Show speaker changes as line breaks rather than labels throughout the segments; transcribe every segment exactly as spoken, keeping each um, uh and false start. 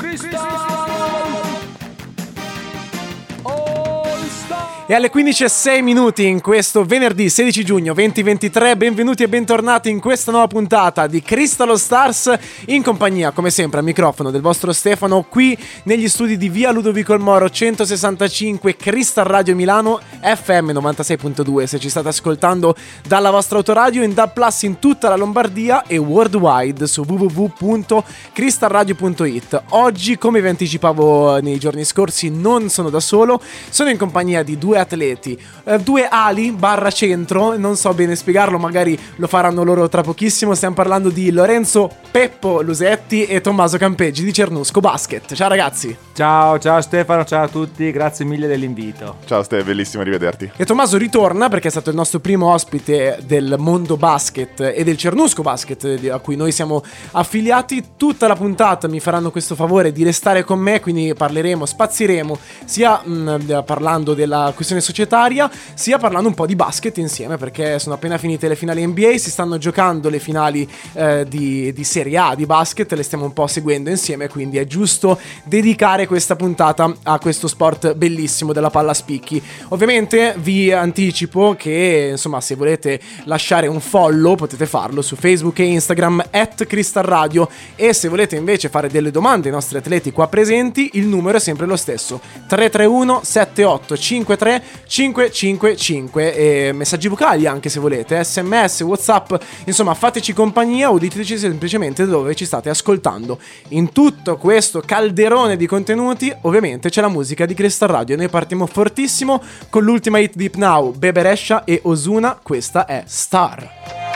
E alle quindici e sei minuti in questo venerdì sedici giugno duemilaventitré, benvenuti e bentornati in questa nuova puntata di Crystal All Stars, in compagnia, come sempre, al microfono del vostro Stefano, qui negli studi di via Ludovico il Moro centosessantacinque, Crystal Radio Milano, F M novantasei virgola due se ci state ascoltando dalla vostra autoradio, in D A B plus in tutta la Lombardia e worldwide su w w w punto crystal radio punto i t. Oggi, come vi anticipavo nei giorni scorsi, non sono da solo, sono in compagnia di due atleti, eh, due ali barra centro, non so bene spiegarlo, magari lo faranno loro tra pochissimo. Stiamo parlando di Lorenzo Peppo Lusetti e Tommaso Campeggi di Cernusco Basket. Ciao ragazzi.
Ciao, ciao Stefano, ciao a tutti, grazie mille dell'invito.
Ciao Ste, bellissimo rivederti.
E Tommaso ritorna perché è stato il nostro primo ospite del mondo basket e del Cernusco Basket, a cui noi siamo affiliati. Tutta la puntata mi faranno questo favore di restare con me, quindi parleremo, spazieremo sia mh, parlando della questione societaria, sia parlando un po' di basket insieme, perché sono appena finite le finali N B A, si stanno giocando le finali eh, di, di Serie A di basket, le stiamo un po' seguendo insieme, quindi è giusto dedicare questa puntata a questo sport bellissimo della palla a spicchi. Ovviamente vi anticipo che, insomma, se volete lasciare un follow potete farlo su Facebook e Instagram at Crystal Radio, e se volete invece fare delle domande ai nostri atleti qua presenti, il numero è sempre lo stesso: tre tre uno sette otto cinque tre cinque cinque cinque, e messaggi vocali anche se volete, sms, whatsapp, insomma fateci compagnia o diteci semplicemente dove ci state ascoltando. In tutto questo calderone di contenuti ovviamente c'è la musica di Crystal Radio. Noi partiamo fortissimo con l'ultima hit di Hype Now, Bebe Rexha e Ozuna, questa è Star.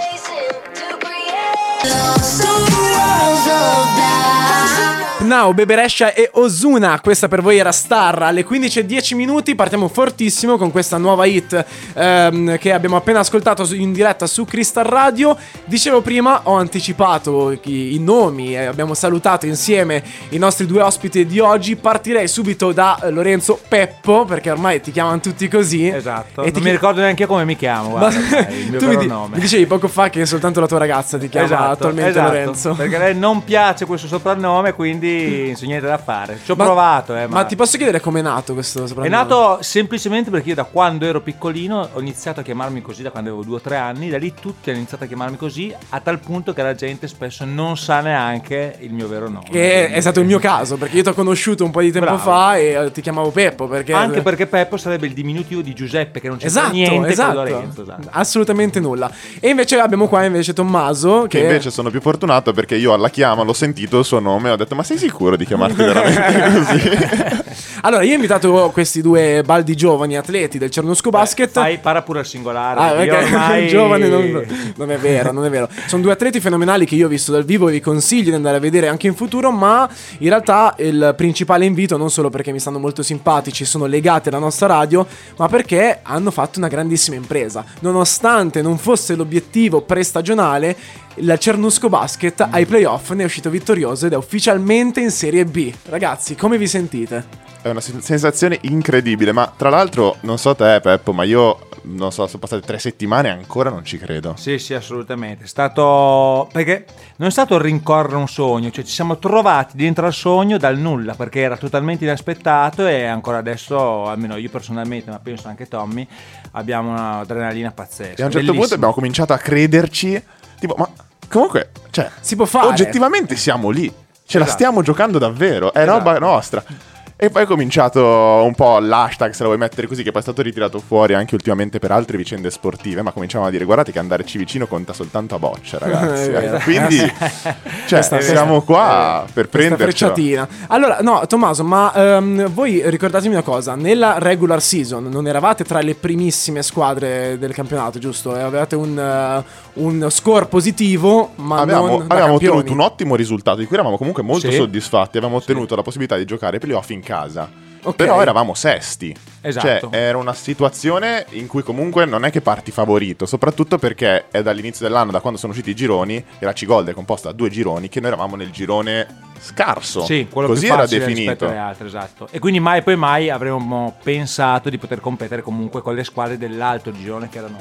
Now, Bebe Rexha e Ozuna, questa per voi era Star. Alle quindici e dieci minuti partiamo fortissimo con questa nuova hit ehm, che abbiamo appena ascoltato in diretta su Crystal Radio. Dicevo prima, ho anticipato i, i nomi e abbiamo salutato insieme i nostri due ospiti di oggi. Partirei subito da Lorenzo Peppo, perché ormai ti chiamano tutti così.
Esatto,
e
non
ti
mi
chi...
ricordo neanche come mi chiamo, guarda,
Ma...
il mio
tu
vero
mi, di-
nome.
mi dicevi poco fa che soltanto la tua ragazza ti chiama
esatto,
attualmente
esatto,
Lorenzo,
perché a lei non piace questo soprannome, quindi non c'è niente da fare. Ci ho
ma,
provato eh,
ma...
ma
ti posso chiedere com'è nato questo soprannome?
È nato semplicemente perché io da quando ero piccolino ho iniziato a chiamarmi così, da quando avevo due o tre anni. Da lì tutti hanno iniziato a chiamarmi così, a tal punto che la gente spesso non sa neanche il mio vero nome.
Che è stato il mio caso, perché io ti ho conosciuto un po' di tempo
Bravo.
fa e ti chiamavo Peppo, perché...
Anche perché Peppo sarebbe il diminutivo di Giuseppe, che non c'è
esatto,
niente
esatto.
con Lorenzo, esatto.
Assolutamente nulla. E invece abbiamo qua invece Tommaso, che,
che invece sono più fortunato perché io alla chiama l'ho sentito il suo nome e ho detto: ma sei sicuro di chiamarti veramente così?
Allora, io ho invitato questi due baldi giovani atleti del Cernusco Basket.
Beh, fai para pure al singolare.
Ah,
perché
perché
io ormai
giovane non, non è vero, non è vero. Sono due atleti fenomenali che io ho visto dal vivo e vi consiglio di andare a vedere anche in futuro, ma in realtà il principale invito, non solo perché mi stanno molto simpatici, sono legati alla nostra radio, ma perché hanno fatto una grandissima impresa. Nonostante non fosse l'obiettivo prestagionale, il Cernusco Basket ai playoff ne è uscito vittorioso ed è ufficialmente in Serie B. Ragazzi, come vi sentite?
È una sensazione incredibile, ma tra l'altro non so te Peppo, ma io non so, sono passate tre settimane e ancora non ci credo.
Sì, sì, assolutamente. È stato, perché non è stato rincorrere un sogno, cioè ci siamo trovati dentro al sogno dal nulla, perché era totalmente inaspettato, e ancora adesso, almeno io personalmente, ma penso anche Tommy, abbiamo un'adrenalina pazzesca.
E a un certo
Bellissimo.
punto abbiamo cominciato a crederci, tipo, ma comunque, cioè,
si può fare.
Oggettivamente siamo lì, ce la
Esatto.
stiamo giocando davvero, è
Esatto.
roba nostra. E poi è cominciato un po' l'hashtag, se lo vuoi mettere così, che poi è stato ritirato fuori anche ultimamente per altre vicende sportive, ma cominciavamo a dire: guardate che andarci vicino conta soltanto a boccia, ragazzi.
È
Quindi cioè,
Questa-
siamo qua per
Questa
prendercela.
frecciatina. Allora, no, Tommaso, ma ehm, voi ricordatemi una cosa: nella regular season non eravate tra le primissime squadre del campionato, giusto? E avevate un, uh, un score positivo, ma
Avevamo,
non da
avevamo
campioni.
ottenuto un ottimo risultato, di cui eravamo comunque molto
Sì.
soddisfatti. Avevamo ottenuto la possibilità di giocare ai playoff in casa.
Ok.
Però eravamo sesti.
Esatto.
Cioè, era una situazione in cui comunque non è che parti favorito, soprattutto perché è dall'inizio dell'anno, da quando sono usciti i gironi, e la C-Gold è composta da due gironi, che noi eravamo nel girone scarso.
Sì, quello
così
più
era
facile rispetto
definito.
alle altre, esatto. E quindi mai poi mai avremmo pensato di poter competere comunque con le squadre dell'alto girone, che erano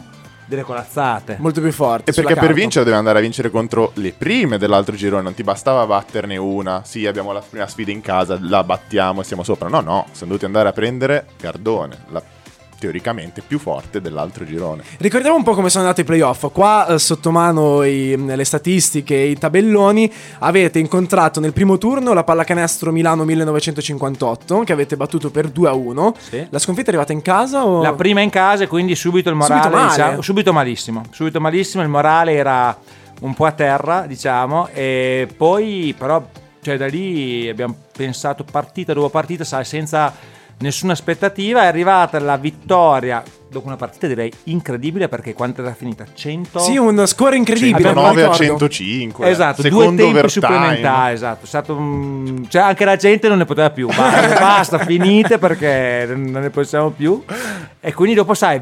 delle corazzate.
Molto più forti.
E perché per vincere devi andare a vincere contro le prime dell'altro girone, non ti bastava batterne una. Sì, abbiamo la prima sfida in casa, la battiamo e siamo sopra. No, no, siamo dovuti andare a prendere Gardone, la teoricamente più forte dell'altro girone.
Ricordiamo un po' come sono andati i playoff. Qua eh, sotto mano i, le statistiche e i tabelloni. Avete incontrato nel primo turno la Pallacanestro Milano millenovecentocinquantotto, che avete battuto per due a uno.
Sì.
La sconfitta è arrivata in casa o...
La prima in casa, quindi subito il morale,
Subito male.
diciamo, subito malissimo. Subito malissimo, il morale era un po' a terra, diciamo, e poi però, cioè, da lì abbiamo pensato partita dopo partita, sai, senza nessuna aspettativa. È arrivata la vittoria dopo una partita direi incredibile, perché quanto era finita? cento
Sì, un score incredibile.
centonove a centocinque.
Esatto,
secondo
due tempi
overtime.
supplementari, esatto. È stato un... cioè anche la gente non ne poteva più. Basta, basta, finite perché non ne possiamo più. E quindi dopo, sai,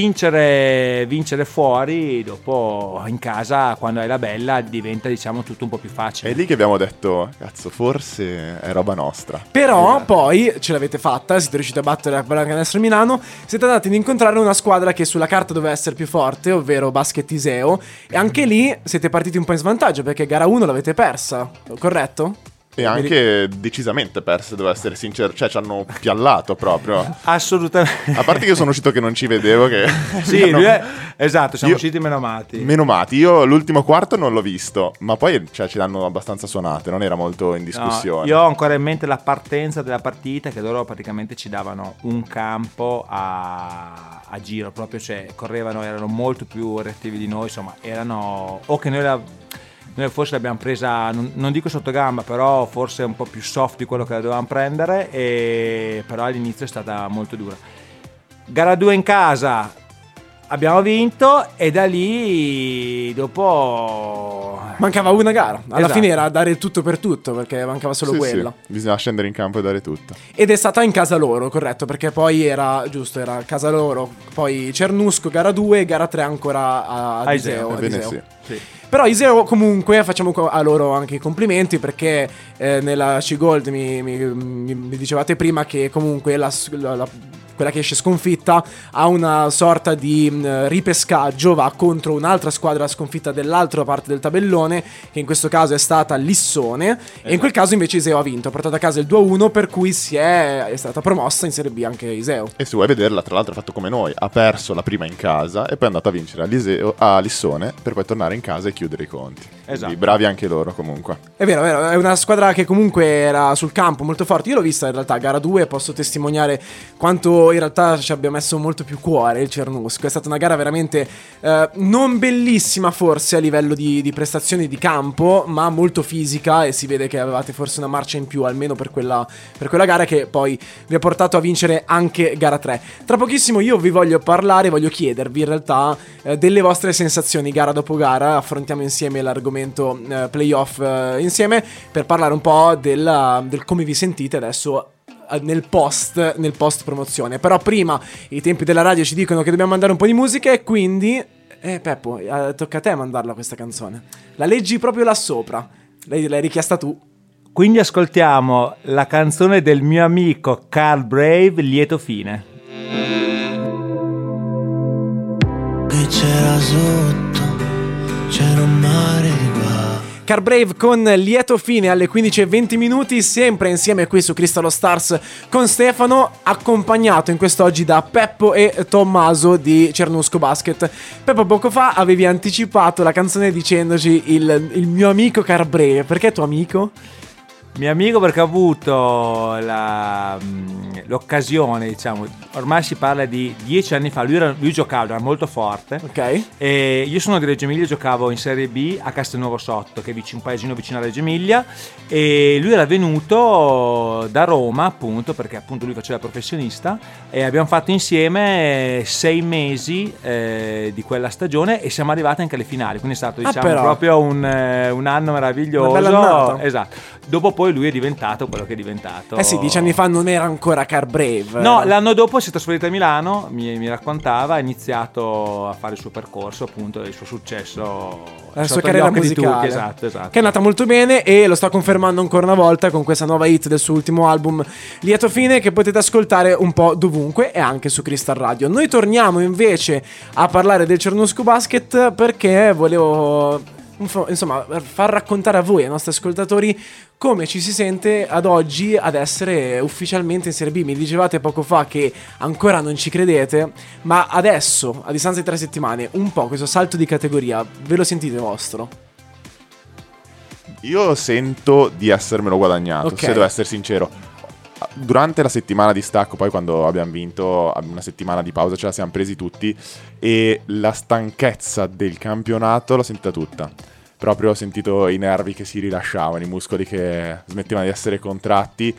vincere vincere fuori, dopo in casa quando hai la bella diventa, diciamo, tutto un po' più facile.
È lì che abbiamo detto, cazzo, forse è roba nostra.
Però
esatto.
Poi ce l'avete fatta, siete riusciti a battere la Pallacanestro Milano, siete andati ad incontrare una squadra che sulla carta doveva essere più forte, ovvero Basket Iseo, e anche lì siete partiti un po' in svantaggio perché gara uno l'avete persa, corretto?
E anche decisamente perse, devo essere sincero, cioè ci hanno piallato proprio.
Assolutamente.
A parte che io sono uscito che non ci vedevo, che
sì,
no.
lui è... esatto, siamo
Io...
usciti menomati.
Menomati, io l'ultimo quarto non l'ho visto, ma poi cioè, ce l'hanno abbastanza suonate, non era molto in discussione.
No, io ho ancora in mente la partenza della partita, che loro praticamente ci davano un campo a, a giro, proprio, cioè correvano, erano molto più reattivi di noi, insomma, erano... o che noi la... Noi forse l'abbiamo presa, non, non dico sotto gamba, però forse un po' più soft di quello che la dovevamo prendere, e però all'inizio è stata molto dura. Gara due in casa abbiamo vinto, e da lì dopo...
Mancava una gara, alla
Esatto.
fine era dare il tutto per tutto, perché mancava solo
Sì,
quella.
sì, bisogna scendere in campo e dare tutto.
Ed è stata in casa loro, corretto, perché poi era, giusto, era casa loro, poi Cernusco, gara due, gara tre ancora a, a Iseo. ad
Ebbene
Iseo.
sì.
Sì.
Però Iseo comunque facciamo a loro anche i complimenti, perché eh, nella C-Gold mi, mi, mi, mi dicevate prima che comunque la, la, la, quella che esce sconfitta ha una sorta di mh, ripescaggio, va contro un'altra squadra sconfitta dell'altra parte del tabellone, che in questo caso è stata Lissone, esatto. E in quel caso invece Iseo ha vinto, ha portato a casa il due a uno, per cui si è, è stata promossa in Serie B anche Iseo.
E se vuoi vederla, tra l'altro ha fatto come noi, ha perso la prima in casa e poi è andato a vincere a, Liseo, a Lissone, per poi tornare in casa e chiudere i conti.
Esatto.
Quindi bravi anche loro comunque.
È vero, è vero, è una squadra che comunque era sul campo molto forte. Io l'ho vista in realtà gara due, posso testimoniare quanto in realtà ci abbia messo molto più cuore il Cernusco. È stata una gara veramente eh, non bellissima forse a livello di, di prestazioni di campo, ma molto fisica, e si vede che avevate forse una marcia in più almeno per quella, per quella gara, che poi vi ha portato a vincere anche gara tre. Tra pochissimo io vi voglio parlare, voglio chiedervi in realtà eh, delle vostre sensazioni gara dopo gara. Affrontiamo insieme l'argomento eh, playoff eh, insieme, per parlare un po' del, del come vi sentite adesso nel post, nel post promozione. Però prima i tempi della radio ci dicono che dobbiamo mandare un po' di musica, e quindi eh Peppo, eh, tocca a te mandarla questa canzone. La leggi proprio là sopra, l'hai, l'hai richiesta tu.
Quindi ascoltiamo la canzone del mio amico Carl Brave, Lieto fine.
Che c'era sotto, c'era un mare di qua.
Carl Brave con Lieto fine alle quindici e venti minuti, sempre insieme qui su Cristallo Stars con Stefano, accompagnato in quest'oggi da Peppo e Tommaso di Cernusco Basket. Peppo, poco fa avevi anticipato la canzone dicendoci il, il mio amico Carl Brave. Perché tuo amico?
Mio amico perché ho avuto la, l'occasione, diciamo, ormai si parla di dieci anni fa, lui, era, lui giocava, era molto forte,
ok.
E io sono di Reggio Emilia, giocavo in Serie B a Castelnuovo Sotto, che è vicino, un paesino vicino a Reggio Emilia, e lui era venuto da Roma appunto, perché appunto lui faceva professionista, e abbiamo fatto insieme sei mesi eh, di quella stagione, e siamo arrivati anche alle finali, quindi è stato, diciamo,
ah,
proprio un, un anno meraviglioso.
Una bella annata.
Esatto. dopo poi lui è diventato quello che è diventato.
Eh sì, dieci anni fa non era ancora Car Brave.
No,
era...
l'anno dopo si è trasferito a Milano, mi, mi raccontava, ha iniziato a fare il suo percorso, appunto, il suo successo,
la sua carriera musicale,
esatto, esatto.
che è andata molto bene e lo sta confermando ancora una volta con questa nuova hit del suo ultimo album Lieto Fine, che potete ascoltare un po' dovunque e anche su Crystal Radio. Noi torniamo invece a parlare del Cernusco Basket perché volevo insomma far raccontare a voi, ai nostri ascoltatori, come ci si sente ad oggi ad essere ufficialmente in Serie B. Mi dicevate poco fa che ancora non ci credete, ma adesso, a distanza di tre settimane, un po' questo salto di categoria ve lo sentite vostro?
Io sento di essermelo guadagnato,
okay.
Se devo essere sincero. Durante la settimana di stacco, poi quando abbiamo vinto, una settimana di pausa ce la siamo presi tutti, e la stanchezza del campionato l'ho sentita tutta. Proprio ho sentito i nervi che si rilasciavano, i muscoli che smettevano di essere contratti,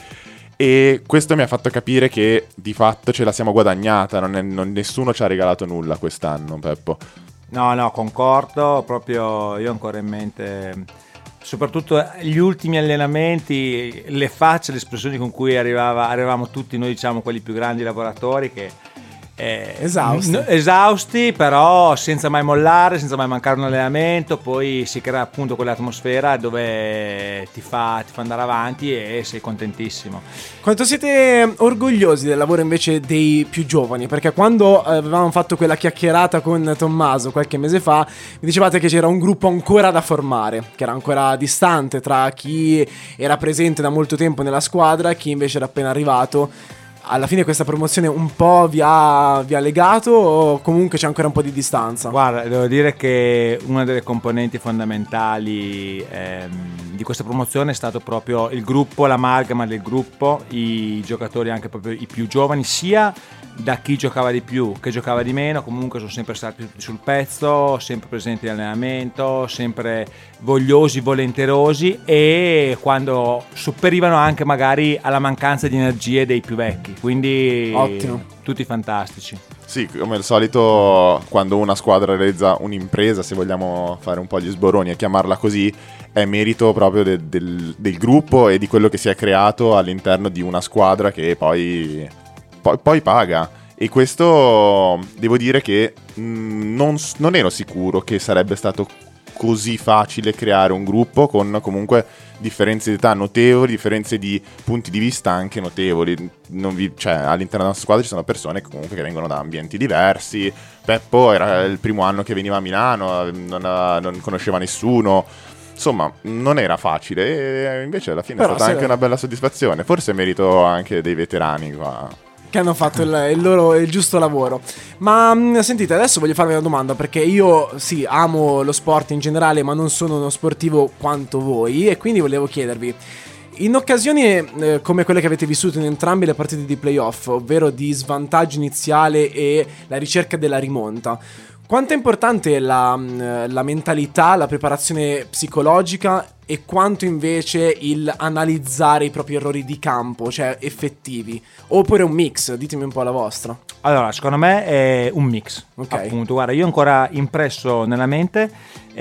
e questo mi ha fatto capire che di fatto ce la siamo guadagnata. Non è, non, nessuno ci ha regalato nulla quest'anno, Peppo.
No, no, concordo, proprio io ho ancora in mente, soprattutto gli ultimi allenamenti, le facce, le espressioni con cui arrivava, arrivavamo tutti noi, diciamo quelli più grandi lavoratori, che eh,
esausti.
n- esausti però senza mai mollare, senza mai mancare un allenamento. Poi si crea appunto quell'atmosfera dove ti fa, ti fa andare avanti e sei contentissimo.
Quanto siete orgogliosi del lavoro invece dei più giovani? Perché quando avevamo fatto quella chiacchierata con Tommaso qualche mese fa, mi dicevate che c'era un gruppo ancora da formare, che era ancora distante tra chi era presente da molto tempo nella squadra e chi invece era appena arrivato. Alla fine questa promozione un po' vi ha, vi ha legato o comunque c'è ancora un po' di distanza?
Guarda, devo dire che una delle componenti fondamentali ehm, di questa promozione è stato proprio il gruppo, l'amalgama del gruppo, i giocatori anche proprio i più giovani, sia da chi giocava di più che giocava di meno, comunque sono sempre stati tutti sul pezzo, sempre presenti in allenamento, sempre vogliosi, volenterosi, e quando supperivano anche magari alla mancanza di energie dei più vecchi, quindi
ottimo,
tutti fantastici.
Sì, come al solito quando una squadra realizza un'impresa, se vogliamo fare un po' gli sboroni e chiamarla così, è merito proprio de- del, del gruppo e di quello che si è creato all'interno di una squadra che poi, poi, poi paga. E questo devo dire che mh, non, non ero sicuro che sarebbe stato così facile creare un gruppo con comunque differenze di età notevoli, differenze di punti di vista anche notevoli. Non vi, cioè, all'interno della nostra squadra ci sono persone che comunque che vengono da ambienti diversi. Peppo era il primo anno che veniva a Milano, non, non conosceva nessuno. Insomma, non era facile, e invece alla fine Però è stata anche una bella soddisfazione. Forse merito anche dei veterani qua,
che hanno fatto il, il loro il giusto lavoro. Ma sentite, adesso voglio farvi una domanda, perché io sì, amo lo sport in generale, ma non sono uno sportivo quanto voi, e quindi volevo chiedervi, in occasioni eh, come quelle che avete vissuto in entrambe le partite di playoff, ovvero di svantaggio iniziale e la ricerca della rimonta, quanto è importante la, la mentalità, la preparazione psicologica, e quanto invece il analizzare i propri errori di campo, cioè effettivi, oppure un mix? Ditemi un po' la vostra.
Allora, secondo me è un mix,
okay.
Appunto, guarda, io ho ancora impresso nella mente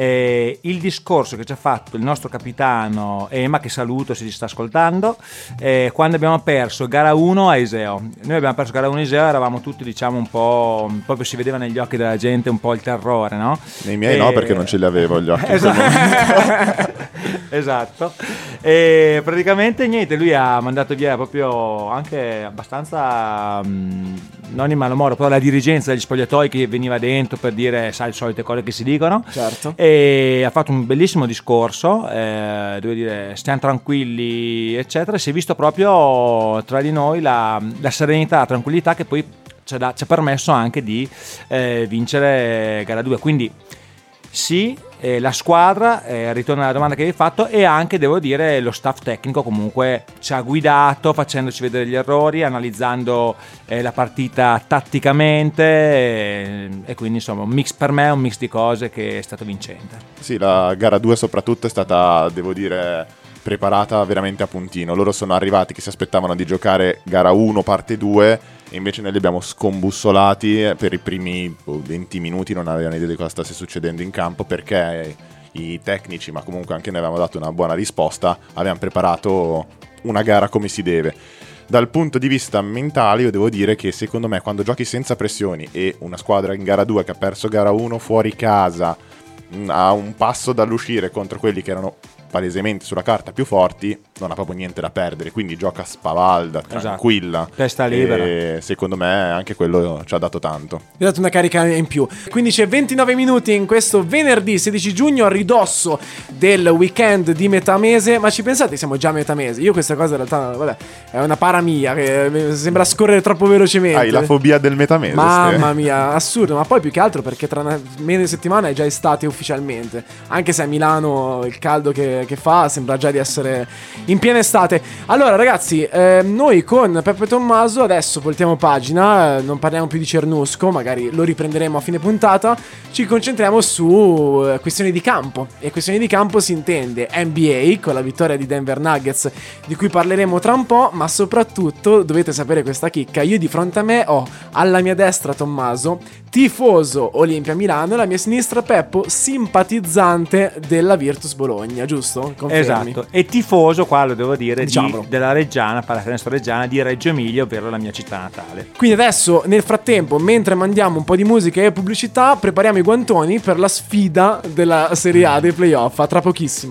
eh, il discorso che ci ha fatto il nostro capitano Ema, che saluto se ci sta ascoltando, eh, quando abbiamo perso gara uno a Iseo. Noi abbiamo perso gara uno a Iseo, eravamo tutti, diciamo, un po', proprio si vedeva negli occhi della gente un po' il terrore, no?
Nei miei e... no, perché non ce li avevo gli occhi.
Esatto. Esatto. E praticamente niente, lui ha mandato via proprio anche abbastanza mh, non in malo modo, però la dirigenza degli spogliatoi che veniva dentro per dire, sai, le solite cose che si dicono.
Certo.
E ha fatto un bellissimo discorso, eh, devo dire, stiamo tranquilli, eccetera. Si è visto proprio tra di noi la, la serenità, la tranquillità che poi ci ha, ci ha permesso anche di eh, vincere gara due. Quindi sì, eh, la squadra, eh, ritorno alla domanda che hai fatto, e anche, devo dire, lo staff tecnico comunque ci ha guidato, facendoci vedere gli errori, analizzando eh, la partita tatticamente, eh, e quindi insomma un mix, per me è un mix di cose che è stato vincente.
Sì, la gara due soprattutto è stata, devo dire, preparata veramente a puntino. Loro sono arrivati che si aspettavano di giocare gara uno parte due, e invece noi li abbiamo scombussolati per i primi venti minuti, non avevano idea di cosa stesse succedendo in campo, perché i tecnici, ma comunque anche noi avevamo dato una buona risposta, abbiamo preparato una gara come si deve. Dal punto di vista mentale io devo dire che secondo me quando giochi senza pressioni e una squadra in gara due che ha perso gara uno fuori casa, a un passo dall'uscire contro quelli che erano palesemente sulla carta più forti, non ha proprio niente da perdere, quindi gioca spavalda, tranquilla,
esatto. Testa libera,
e secondo me anche quello ci ha dato tanto,
vi ha dato una carica in più. quindici e ventinove minuti in questo venerdì sedici giugno, a ridosso del weekend di metà mese. Ma ci pensate, siamo già a metà mese? Io questa cosa in realtà, vabbè, è una para mia che sembra scorrere troppo velocemente.
Hai la fobia del metà mese,
mamma mia, assurdo. Ma poi più che altro perché tra una mese settimana è già estate ufficialmente, anche se a Milano il caldo che, che fa sembra già di essere in piena estate. Allora ragazzi, eh, noi con Peppe e Tommaso adesso voltiamo pagina, eh, non parliamo più di Cernusco, magari lo riprenderemo a fine puntata. Ci concentriamo su eh, questioni di campo, e questioni di campo si intende N B A con la vittoria di Denver Nuggets, di cui parleremo tra un po', ma soprattutto dovete sapere questa chicca: io di fronte a me ho alla mia destra Tommaso, tifoso Olimpia Milano, e alla mia sinistra Peppo, simpatizzante della Virtus Bologna, giusto? Confermi?
Esatto, e tifoso, qua lo devo dire,
Diciamolo.
di, della Reggiana, pallacanestro Reggiana di Reggio Emilia, ovvero la mia città natale.
Quindi adesso, nel frattempo, mentre mandiamo un po' di musica e pubblicità, prepariamo i guantoni per la sfida della Serie A dei playoff, a tra pochissimo.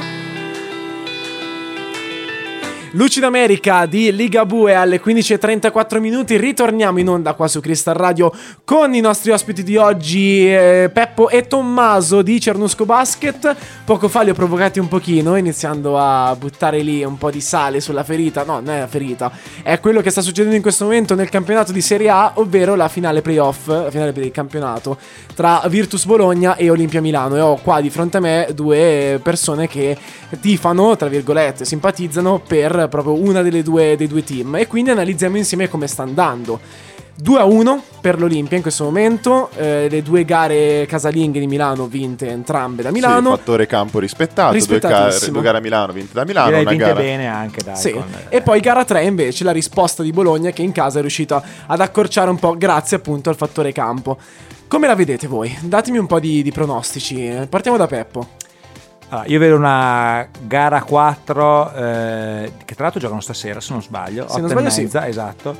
Luci d'America di Ligabue alle quindici e trentaquattro minuti. Ritorniamo in onda qua su Crystal Radio con i nostri ospiti di oggi, eh, Peppo e Tommaso di Cernusco Basket. Poco fa li ho provocati un pochino, iniziando a buttare lì un po' di sale sulla ferita. No, non è la ferita, è quello che sta succedendo in questo momento nel campionato di Serie A, ovvero la finale playoff, la finale per il campionato tra Virtus Bologna e Olimpia Milano. E ho qua di fronte a me due persone che tifano, tra virgolette, simpatizzano per proprio una delle due dei due team, e quindi analizziamo insieme come sta andando. Due a uno per l'Olimpia in questo momento, eh, le due gare casalinghe di Milano vinte entrambe da Milano.
Sì, fattore campo rispettato, due, car- due gare a Milano vinte da Milano,
direi
una
vinte
gara
bene anche, dai,
sì.
con...
E poi gara tre invece, la risposta di Bologna, che in casa è riuscita ad accorciare un po' grazie appunto al fattore campo. Come la vedete voi? Datemi un po' di, di pronostici. Partiamo da Peppo.
Allora, io vedo una gara quattro, eh, che tra l'altro giocano stasera se non sbaglio,
se non
otto
sbaglio
e mezza,
sì.
Esatto,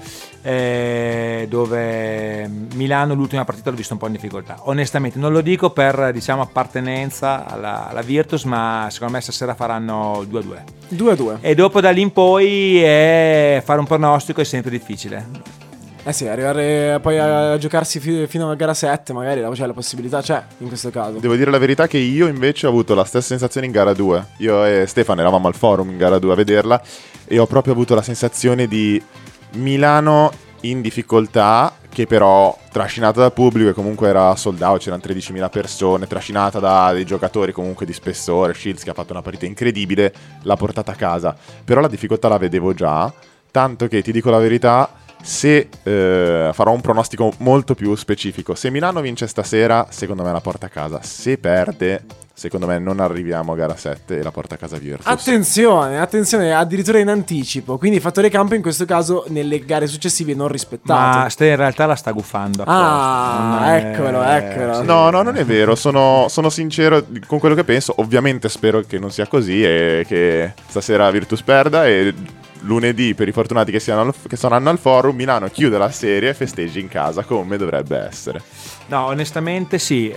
eh, dove Milano l'ultima partita l'ho visto un po' in difficoltà, onestamente. Non lo dico per, diciamo, appartenenza alla, alla Virtus, ma secondo me stasera faranno due a due.
due a due.
E dopo da lì in poi eh, fare un pronostico è sempre difficile.
Eh sì, arrivare poi a giocarsi fi- fino alla gara sette, magari la, cioè, la possibilità c'è in questo caso.
Devo dire la verità che io invece ho avuto la stessa sensazione in gara due. Io e Stefano eravamo al forum in gara due a vederla e ho proprio avuto la sensazione di Milano in difficoltà, che però trascinata dal pubblico, e comunque era sold out, c'erano tredicimila persone, trascinata da dei giocatori comunque di spessore. Shields, che ha fatto una partita incredibile, l'ha portata a casa. Però la difficoltà la vedevo già, tanto che ti dico la verità, se eh, farò un pronostico molto più specifico, se Milano vince stasera secondo me la porta a casa, se perde secondo me non arriviamo a gara sette e la porta a casa Virtus.
Attenzione, attenzione, addirittura in anticipo, quindi fattore campo in questo caso nelle gare successive non rispettato.
Ma Ste in realtà la sta guffando.
Ah, eccolo, eccolo.
Sì.
No, no, non è vero, sono, sono sincero con quello che penso. Ovviamente spero che non sia così e che stasera Virtus perda e lunedì, per i fortunati che, siano al, che saranno al forum, Milano chiude la serie e festeggi in casa come dovrebbe essere.
No, onestamente sì,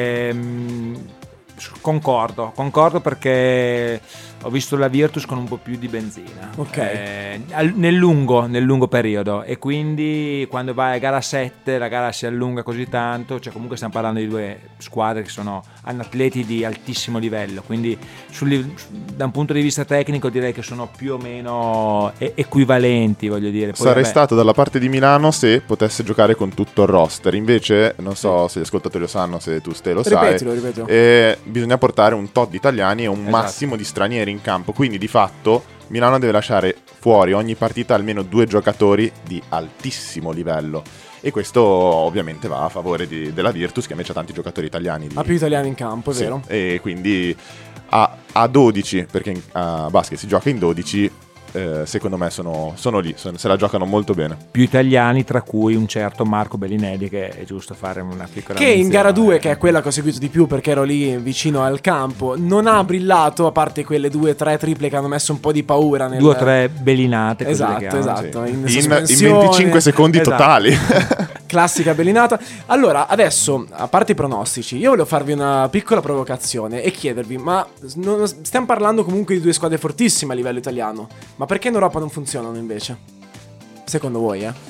ehm, concordo, concordo perché ho visto la Virtus con un po' più di benzina,
ok,
eh, al, nel lungo nel lungo periodo, e quindi quando vai a gara sette la gara si allunga così tanto, cioè comunque stiamo parlando di due squadre che sono, hanno atleti di altissimo livello, quindi sul, da un punto di vista tecnico direi che sono più o meno e- equivalenti, voglio dire. Poi,
Sarei
vabbè,
stato dalla parte di Milano se potesse giocare con tutto il roster, invece non so se gli ascoltatori lo sanno, se tu ste lo sai,
ripetilo, ripetilo.
E bisogna portare un tot di italiani e un
Esatto.
massimo di stranieri in campo, quindi di fatto Milano deve lasciare fuori ogni partita almeno due giocatori di altissimo livello, e questo ovviamente va a favore di, della Virtus, che invece ha tanti giocatori italiani di,
Ha più italiani in campo, è
sì,
vero?
e quindi a, a dodici, perché in, a basket si gioca in dodici, eh, secondo me sono, sono lì, sono, se la giocano molto bene.
Più italiani, tra cui un certo Marco Bellinelli, che è giusto fare una piccola
che
menzione.
in gara due, che è quella che ho seguito di più perché ero lì vicino al campo, non ha brillato, a parte quelle due o tre triple che hanno messo un po' di paura nel...
due o tre bellinate così le
esatto
chiamano.
esatto
Sì.
in,
In, in
sospensione.
venticinque secondi
Esatto.
totali.
Classica bellinata. Allora, adesso, a parte i pronostici, io volevo farvi una piccola provocazione e chiedervi, ma non- stiamo parlando comunque di due squadre fortissime a livello italiano, ma perché in Europa non funzionano invece? Secondo voi, eh?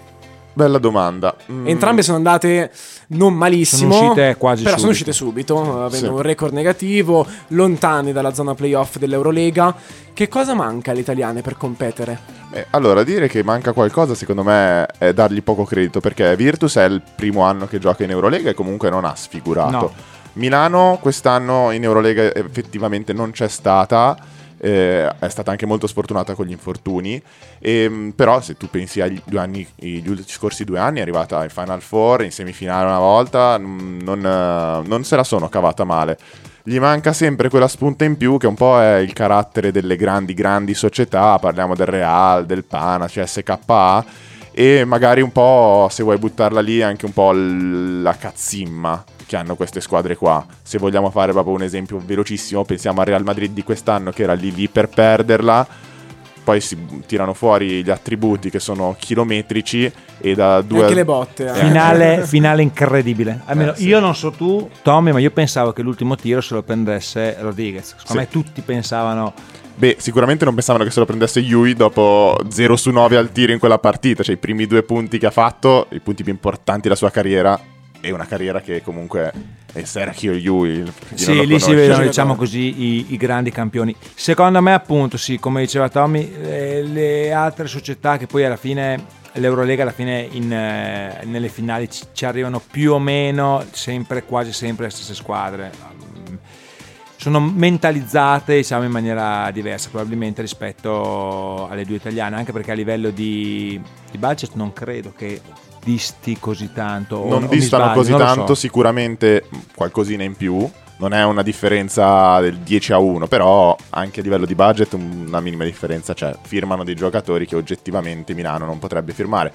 Bella domanda. Mm,
Entrambe sono andate non malissimo,
Sono uscite quasi
però sono
subito.
uscite subito, avendo
Sì.
un record negativo, lontani dalla zona playoff dell'Eurolega. Che cosa manca alle italiane per competere?
eh, allora, dire che manca qualcosa secondo me è dargli poco credito, perché Virtus è il primo anno che gioca in Eurolega e comunque non ha sfigurato.
No.
Milano quest'anno in Eurolega effettivamente non c'è stata, eh, è stata anche molto sfortunata con gli infortuni, ehm, però se tu pensi agli due anni, gli scorsi due anni è arrivata in Final Four, in semifinale una volta, mm, non, eh, non se la sono cavata male. Gli manca sempre quella spunta in più che un po' è il carattere delle grandi grandi società, parliamo del Real, del Pana, C S K A, e magari un po', se vuoi buttarla lì, anche un po' l- la cazzimma che hanno queste squadre qua. Se vogliamo fare proprio un esempio velocissimo, pensiamo al Real Madrid di quest'anno che era lì lì per perderla, poi si tirano fuori gli attributi che sono chilometrici e da due...
Anche le botte. eh.
Finale, finale incredibile. Almeno
Eh, sì.
io non so tu, Tommy, ma io pensavo che l'ultimo tiro se lo prendesse Rodriguez. Secondo
Sì.
me tutti pensavano.
Beh, sicuramente non pensavano che se lo prendesse Yui dopo zero su nove al tiro in quella partita, cioè i primi due punti che ha fatto, i punti più importanti della sua carriera, e una carriera che comunque è Sergio Yui. chi non lo
Sì, lì si
conosce.
vedono, diciamo così, i, i grandi campioni. Secondo me, appunto, sì, come diceva Tommy, eh, le altre società che poi alla fine, l'Eurolega alla fine in, eh, nelle finali ci, ci arrivano più o meno sempre, quasi sempre le stesse squadre. Um, sono mentalizzate, diciamo, in maniera diversa probabilmente rispetto alle due italiane, anche perché a livello di, di budget non credo che disti così tanto. o- o
Non
mi
distano
sbaglio,
così
non lo so.
tanto, sicuramente qualcosina in più. Non è una differenza del dieci a uno, però anche a livello di budget una minima differenza c'è. Firmano dei giocatori che oggettivamente Milano non potrebbe firmare,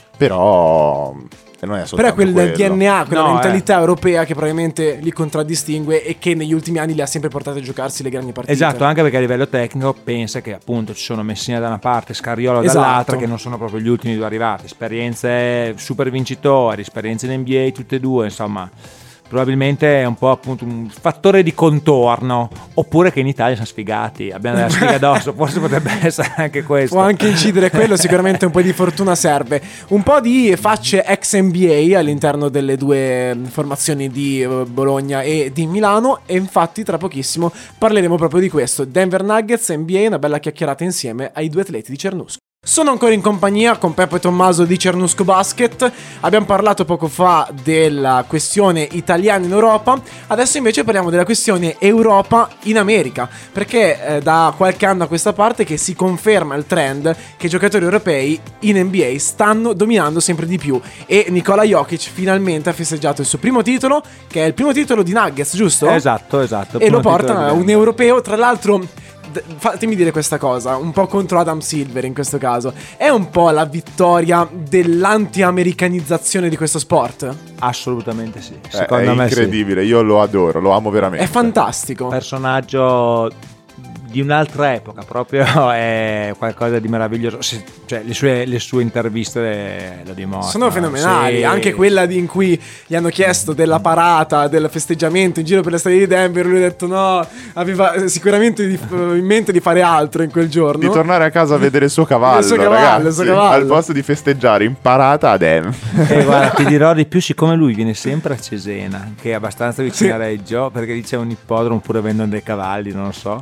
però non è soltanto
Però è quel
quello.
D N A, quella
No,
mentalità europea che probabilmente li contraddistingue e che negli ultimi anni li ha sempre portati a giocarsi le grandi partite.
Esatto, anche perché a livello tecnico pensa che appunto ci sono Messina da una parte, Scariolo
Esatto.
dall'altra, che non sono proprio gli ultimi due arrivati, esperienze super vincitori, esperienze in N B A tutte e due, insomma probabilmente è un po' appunto un fattore di contorno, oppure che in Italia sono sfigati, abbiamo della sfiga addosso, forse potrebbe essere anche questo.
Può anche incidere quello, sicuramente un po' di fortuna serve. Un po' di facce ex N B A all'interno delle due formazioni di eh, Bologna e di Milano, e infatti tra pochissimo parleremo proprio di questo. Denver Nuggets, N B A, una bella chiacchierata insieme ai due atleti di Cernusco. Sono ancora in compagnia con Peppo e Tommaso di Cernusco Basket. Abbiamo parlato poco fa della questione italiana in Europa. Adesso invece parliamo della questione Europa in America, perché eh, da qualche anno a questa parte che si conferma il trend che i giocatori europei in N B A stanno dominando sempre di più, e Nikola Jokic finalmente ha festeggiato il suo primo titolo, che è il primo titolo di Nuggets, giusto?
Esatto, esatto.
E lo
Primo titolo
porta
di
un
Denver.
europeo, tra l'altro. d- Fatemi dire questa cosa, un po' contro Adam Silver in questo caso. È un po' la vittoria dell'anti-americanizzazione di questo sport?
Assolutamente sì.
Eh,
Secondo
è
me sì.
incredibile, io lo adoro, lo amo veramente.
È fantastico.
Personaggio di un'altra epoca, proprio è qualcosa di meraviglioso. Se- cioè le sue, le sue interviste lo dimostrano.
Sono fenomenali,
Sì.
anche quella di in cui gli hanno chiesto della parata, del festeggiamento in giro per le strade di Denver. Lui ha detto no, aveva sicuramente di- in mente di fare altro in quel giorno.
Di tornare a casa a vedere il suo cavallo,
Il suo cavallo,
ragazzi,
il suo cavallo.
al posto di festeggiare in parata a Denver.
E guarda, ti dirò di più, siccome lui viene sempre a Cesena, che è abbastanza vicino
Sì.
a Reggio, perché lì c'è un ippodromo, pure vendono dei cavalli, non lo so.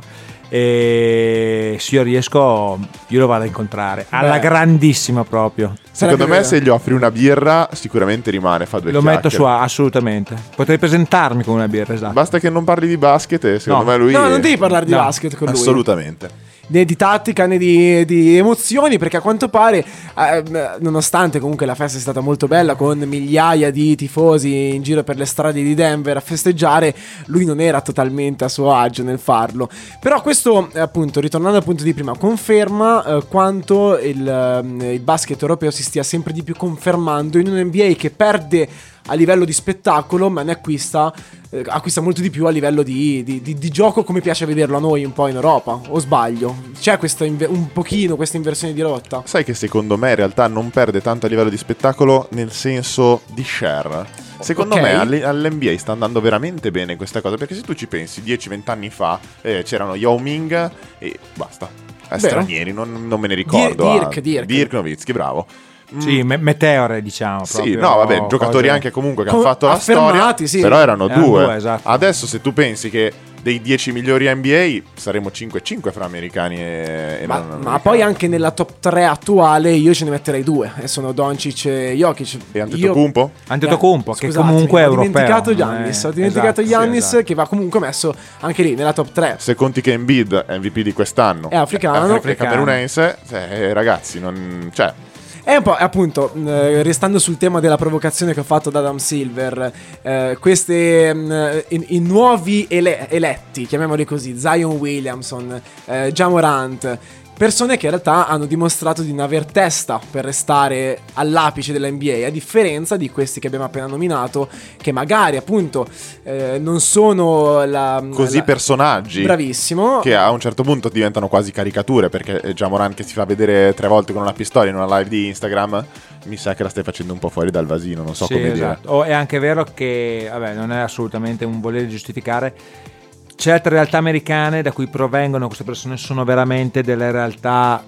E se io riesco, io lo vado a incontrare alla
Beh.
grandissima proprio.
Secondo me
vero.
se gli offri una birra sicuramente rimane, fa due
Lo metto su
chiacchiere.
A, assolutamente. Potrei presentarmi con una birra, esatto.
Basta che non parli di basket e secondo
No.
me lui
No, non devi parlare di
No,
basket con lui.
assolutamente.
né di tattica né di, di emozioni, perché a quanto pare eh, nonostante comunque la festa è stata molto bella con migliaia di tifosi in giro per le strade di Denver a festeggiare, lui non era totalmente a suo agio nel farlo. Però questo appunto, ritornando al punto di prima, conferma eh, quanto il, eh, il basket europeo si stia sempre di più confermando in un N B A che perde a livello di spettacolo, ma ne acquista eh, acquista molto di più a livello di, di, di, di gioco, come piace vederlo a noi un po' in Europa. O sbaglio? C'è questa inve- un pochino questa inversione di rotta?
Sai che secondo me in realtà non perde tanto a livello di spettacolo, nel senso di share. Secondo
Ok.
me all- all'N B A sta andando veramente bene questa cosa, perché se tu ci pensi dieci venti anni fa eh, c'erano Yao Ming e basta, eh,
Vero.
stranieri, non, non me ne ricordo.
Dir- Dirk,
ah,
Dirk.
Dirk Nowitzki, bravo. Mm,
Sì, me- meteore, diciamo.
sì,
proprio
no, vabbè, giocatori
cose-
anche comunque che
Com-
hanno fatto la
affermati,
storia,
sì.
però erano
Erano
due.
due, esatto.
Adesso se tu pensi che dei dieci migliori N B A saremo cinque cinque fra americani e, e
Ma,
non
ma
americani.
poi anche nella top tre attuale io ce ne metterei due, e sono Doncic e Jokic.
E Antetokounmpo?
Antetokounmpo, che
Scusatemi,
comunque è
ho
europeo.
dimenticato
non è-
Giannis, ho dimenticato
esatto,
Giannis,
sì, esatto.
che va comunque messo anche lì nella top tre.
Se conti che Embiid è M V P di quest'anno,
È africano.
è
Africano.
camerunense, eh, ragazzi, non, cioè,
È un po', appunto, eh, restando sul tema della provocazione che ho fatto ad Adam Silver, eh, queste mh, i, i nuovi ele- eletti, chiamiamoli così, Zion Williamson, eh, Ja Morant, persone che in realtà hanno dimostrato di non aver testa per restare all'apice della N B A, a differenza di questi che abbiamo appena nominato, che magari appunto eh, non sono la,
così
la-
personaggi
bravissimo,
che a un certo punto diventano quasi caricature, perché Ja Morant che si fa vedere tre volte con una pistola in una live di Instagram, mi sa che la stai facendo un po' fuori dal vasino, non so
Sì,
come
esatto. Oh, è anche vero che, vabbè, non è assolutamente un voler giustificare. Certe realtà americane da cui provengono queste persone sono veramente delle realtà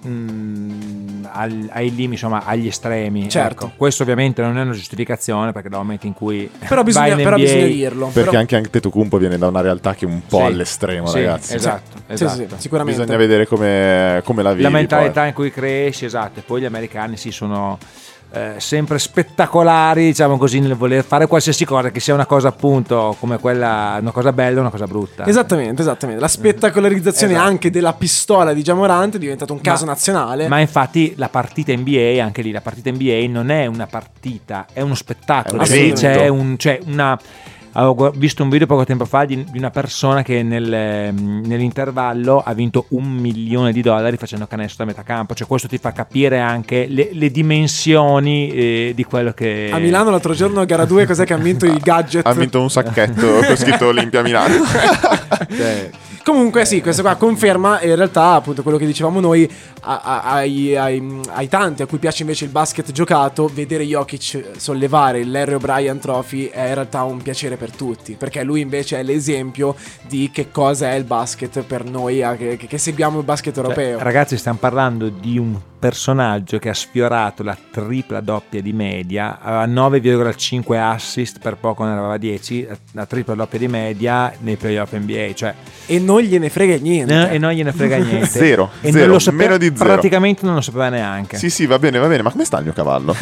mh, al- ai limiti, insomma, agli estremi.
Certo.
Ecco, questo ovviamente non è una giustificazione, perché dal momento in cui
però bisogna,
vai in
però
N B A,
bisogna dirlo.
dire. Perché
Però-
anche Antetokounmpo viene da una realtà che è un po'
Sì,
all'estremo,
sì,
ragazzi.
Esatto,
Sì, sì,
esatto.
sì, sicuramente.
Bisogna vedere come, come la vivi.
La mentalità
poi.
in cui cresci, esatto. E poi gli americani sì, sono eh, sempre spettacolari, diciamo così, nel voler fare qualsiasi cosa, che sia una cosa appunto come quella, una cosa bella o una cosa brutta.
Esattamente, esattamente. La spettacolarizzazione
Esatto.
anche della pistola di Ja Morant è diventato un caso
Ma-
nazionale.
Ma infatti la partita N B A, anche lì la partita N B A non è una partita, è uno spettacolo.
È un
Cioè,
evento.
c'è un, c'è una avevo gu- visto un video poco tempo fa di, di una persona che nel, ehm, nell'intervallo ha vinto un milione di dollari facendo canestro a metà campo. Cioè questo ti fa capire anche le, le dimensioni eh, di quello che
A Milano l'altro giorno a gara due cos'è che ha vinto i gadget?
Ha vinto un sacchetto con scritto Olimpia Milano.
Cioè,
Comunque sì, questo qua conferma in realtà appunto quello che dicevamo noi a- a- ai, ai- ai tanti a cui piace invece il basket giocato. Vedere Jokic sollevare il Larry O'Brien Trophy è in realtà un piacere per tutti, perché lui invece è l'esempio di che cosa è il basket per noi a- che, che seguiamo il basket europeo.
Cioè, ragazzi, stiamo parlando di un personaggio che ha sfiorato la tripla doppia di media, aveva nove virgola cinque assist, per poco ne aveva dieci, la tripla doppia di media nei playoff N B A, cioè
E non gliene frega niente.
no, e non gliene frega niente.
Zero,
e
zero,
non lo sapeva,
meno di zero.
praticamente non lo sapeva neanche.
Sì, sì, va bene, va bene, ma come sta il mio cavallo?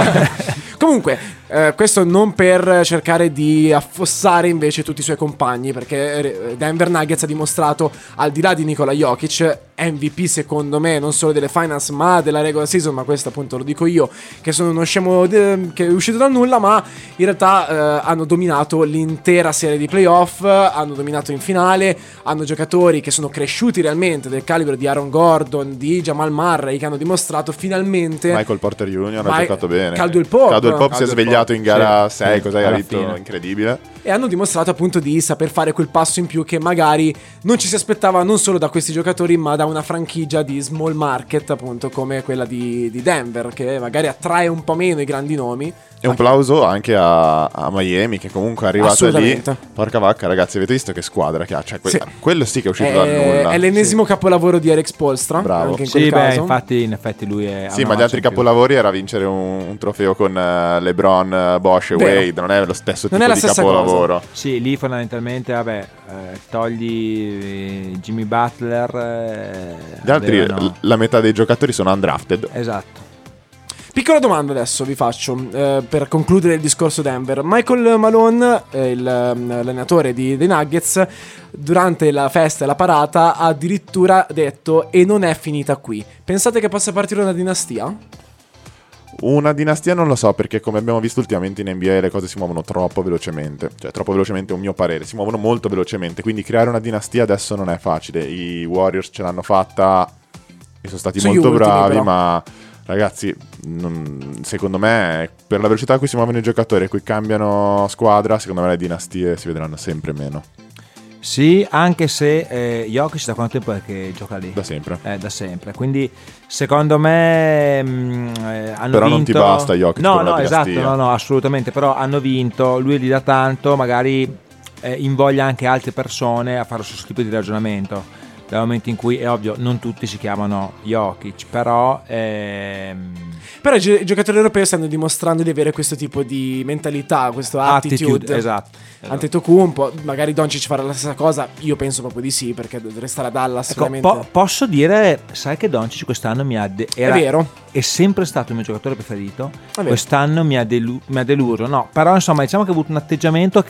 Comunque, eh, questo non per cercare di affossare invece tutti i suoi compagni, perché eh, Denver Nuggets ha dimostrato, al di là di Nikola Jokic, M V P secondo me non solo delle finals ma della regular season, ma questo appunto lo dico io che sono uno scemo de- che è uscito dal nulla, ma in realtà eh, hanno dominato l'intera serie di playoff, hanno dominato in finale, hanno giocatori che sono cresciuti realmente del calibro di Aaron Gordon, di Jamal Murray, che hanno dimostrato finalmente
Michael Porter Junior ha
Ma-
giocato bene.
Caldwell Pope.
Caldwell Pope si è
Caldwell
svegliato
Pope,
in gara
sì,
sei,
sì,
cos'hai
alla
detto?
fine.
Incredibile.
e hanno dimostrato appunto di saper fare quel passo in più che magari non ci si aspettava non solo da questi giocatori ma da una franchigia di small market appunto come quella di, di Denver, che magari attrae un po' meno i grandi nomi.
E un plauso anche a, a Miami, che comunque è arrivato lì.
Assolutamente.
Porca vacca, ragazzi, avete visto che squadra che ha? Cioè, que-
Sì.
quello sì che è uscito
È,
dal nulla.
è l'ennesimo capolavoro di Eric Spoelstra.
Bravo.
Anche in quel
Sì, beh,
caso.
infatti, in effetti lui è.
Sì,
ha
ma
una
gli altri
marcia in più.
capolavori era vincere un, un trofeo con eh, LeBron, eh, Bosch e
Vero.
Wade. Non è lo stesso
Non
tipo
è la
di
stessa
capolavoro.
Sì, lì fondamentalmente, vabbè, eh, togli eh, Jimmy Butler. eh,
Gli altri,
avevano-
l- la metà dei giocatori sono undrafted.
Esatto.
Piccola domanda adesso vi faccio eh, per concludere il discorso Denver. Michael Malone, eh, il, l'allenatore di, dei Nuggets, durante la festa e la parata ha addirittura detto "e non è finita qui". Pensate che possa partire una dinastia?
Una dinastia non lo so, perché come abbiamo visto ultimamente in N B A le cose si muovono troppo velocemente. Cioè troppo velocemente è un mio parere, si muovono molto velocemente. Quindi creare una dinastia adesso non è facile. I Warriors ce l'hanno fatta e sono stati
Sugli
molto
ultimi,
bravi,
però.
ma ragazzi, non- secondo me per la velocità a cui si muovono i giocatori e a cui cambiano squadra, secondo me le dinastie si vedranno sempre meno.
Sì, anche se eh, Jokic da quanto tempo è che gioca lì?
Da sempre.
Eh, da sempre. Quindi secondo me mh, eh, hanno
Però
vinto.
non ti basta Jokic
No,
per una
no, esatto,
dinastia.
no, no, assolutamente. Però hanno vinto, lui gli dà tanto, magari eh, invoglia anche altre persone a fare lo stesso tipo di ragionamento. Dal momento in cui è ovvio, non tutti si chiamano Jokic, però ehm,
Però i gi- i giocatori europei stanno dimostrando di avere questo tipo di mentalità, questo attitude,
attitude, esatto. esatto.
Antetokounmpo, magari Doncic farà la stessa cosa, io penso proprio di sì, perché restare a Dallas
Ecco,
veramente...
po- posso dire, sai che Doncic quest'anno mi ha de- era-
È vero.
è sempre stato il mio giocatore preferito.
vero.
Quest'anno mi ha, delu- mi ha deluso. No, però insomma, diciamo che ha avuto un atteggiamento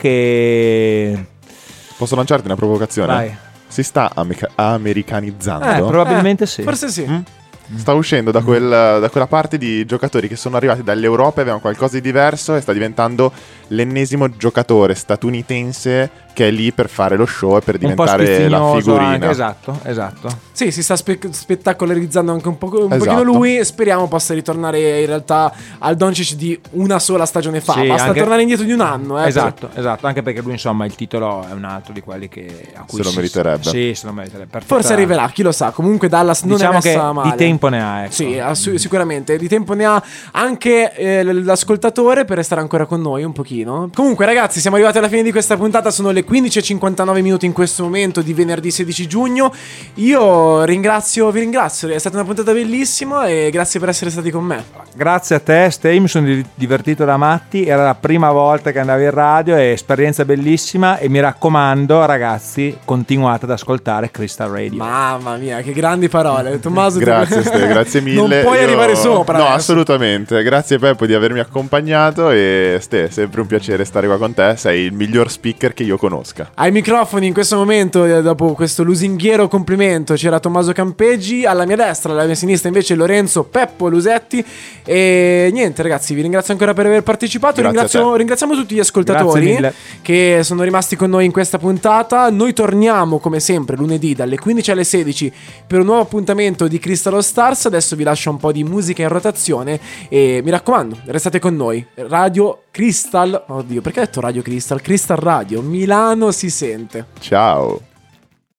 che
Posso lanciarti una provocazione?
Vai.
Si sta amica- americanizzando.
Eh, probabilmente
Eh,
sì.
Forse sì.
Mm? Sta uscendo da, quel, da quella parte di giocatori che sono arrivati dall'Europa e avevano qualcosa di diverso e sta diventando l'ennesimo giocatore statunitense che è lì per fare lo show e per
un po'
diventare la
schizzignoso
figurina.
anche, esatto, esatto.
Sì, si sta spe- spettacolarizzando anche un, po- un
Esatto.
pochino lui e speriamo possa ritornare in realtà al Doncic di una sola stagione fa.
Sì,
Basta
anche-
tornare indietro di un anno. Eh,
esatto, esatto, anche perché lui insomma il titolo è un altro di quelli che a cui
Se lo
si-
meriterebbe.
Sì, se lo meriterebbe.
per-
Perfetta-
Forse arriverà, chi lo sa. Comunque Dallas non
Diciamo
è messa
che
male.
di tempo ne ha, ecco.
Sì, assu- sicuramente. Di tempo ne ha anche eh, l- l'ascoltatore per restare ancora con noi un pochino. Comunque ragazzi, siamo arrivati alla fine di questa puntata. Sono le quindici e cinquantanove minuti in questo momento di venerdì sedici giugno. Io ringrazio, vi ringrazio. È stata una puntata bellissima e grazie per essere stati con me.
Grazie a te, Steve, mi sono di- divertito da matti, era la prima volta che andavo in radio, è esperienza bellissima e mi raccomando ragazzi, continuate ad ascoltare Crystal Radio.
Mamma mia, che grandi parole. Tommaso, tu-
Grazie Ste, grazie mille.
Non puoi
Io-
arrivare sopra.
No,
adesso.
assolutamente. Grazie Peppo di avermi accompagnato e Ste, è sempre un piacere stare qua con te. Sei il miglior speaker che io conosca.
Ai microfoni in questo momento, eh, dopo questo lusinghiero complimento, c'era Tommaso Campeggi, alla mia destra, alla mia sinistra invece Lorenzo Peppo Lusetti. E niente ragazzi, vi ringrazio ancora per aver partecipato.
Grazie a
Ringrazio,
te.
ringraziamo tutti gli
Grazie
ascoltatori
mille.
che sono rimasti con noi in questa puntata. Noi torniamo come sempre lunedì dalle quindici alle sedici per un nuovo appuntamento di Crystal All Stars. Adesso vi lascio un po' di musica in rotazione e mi raccomando, restate con noi. Radio Crystal, oddio, perché ho detto Radio Crystal? Crystal Radio, Milano si sente.
Ciao.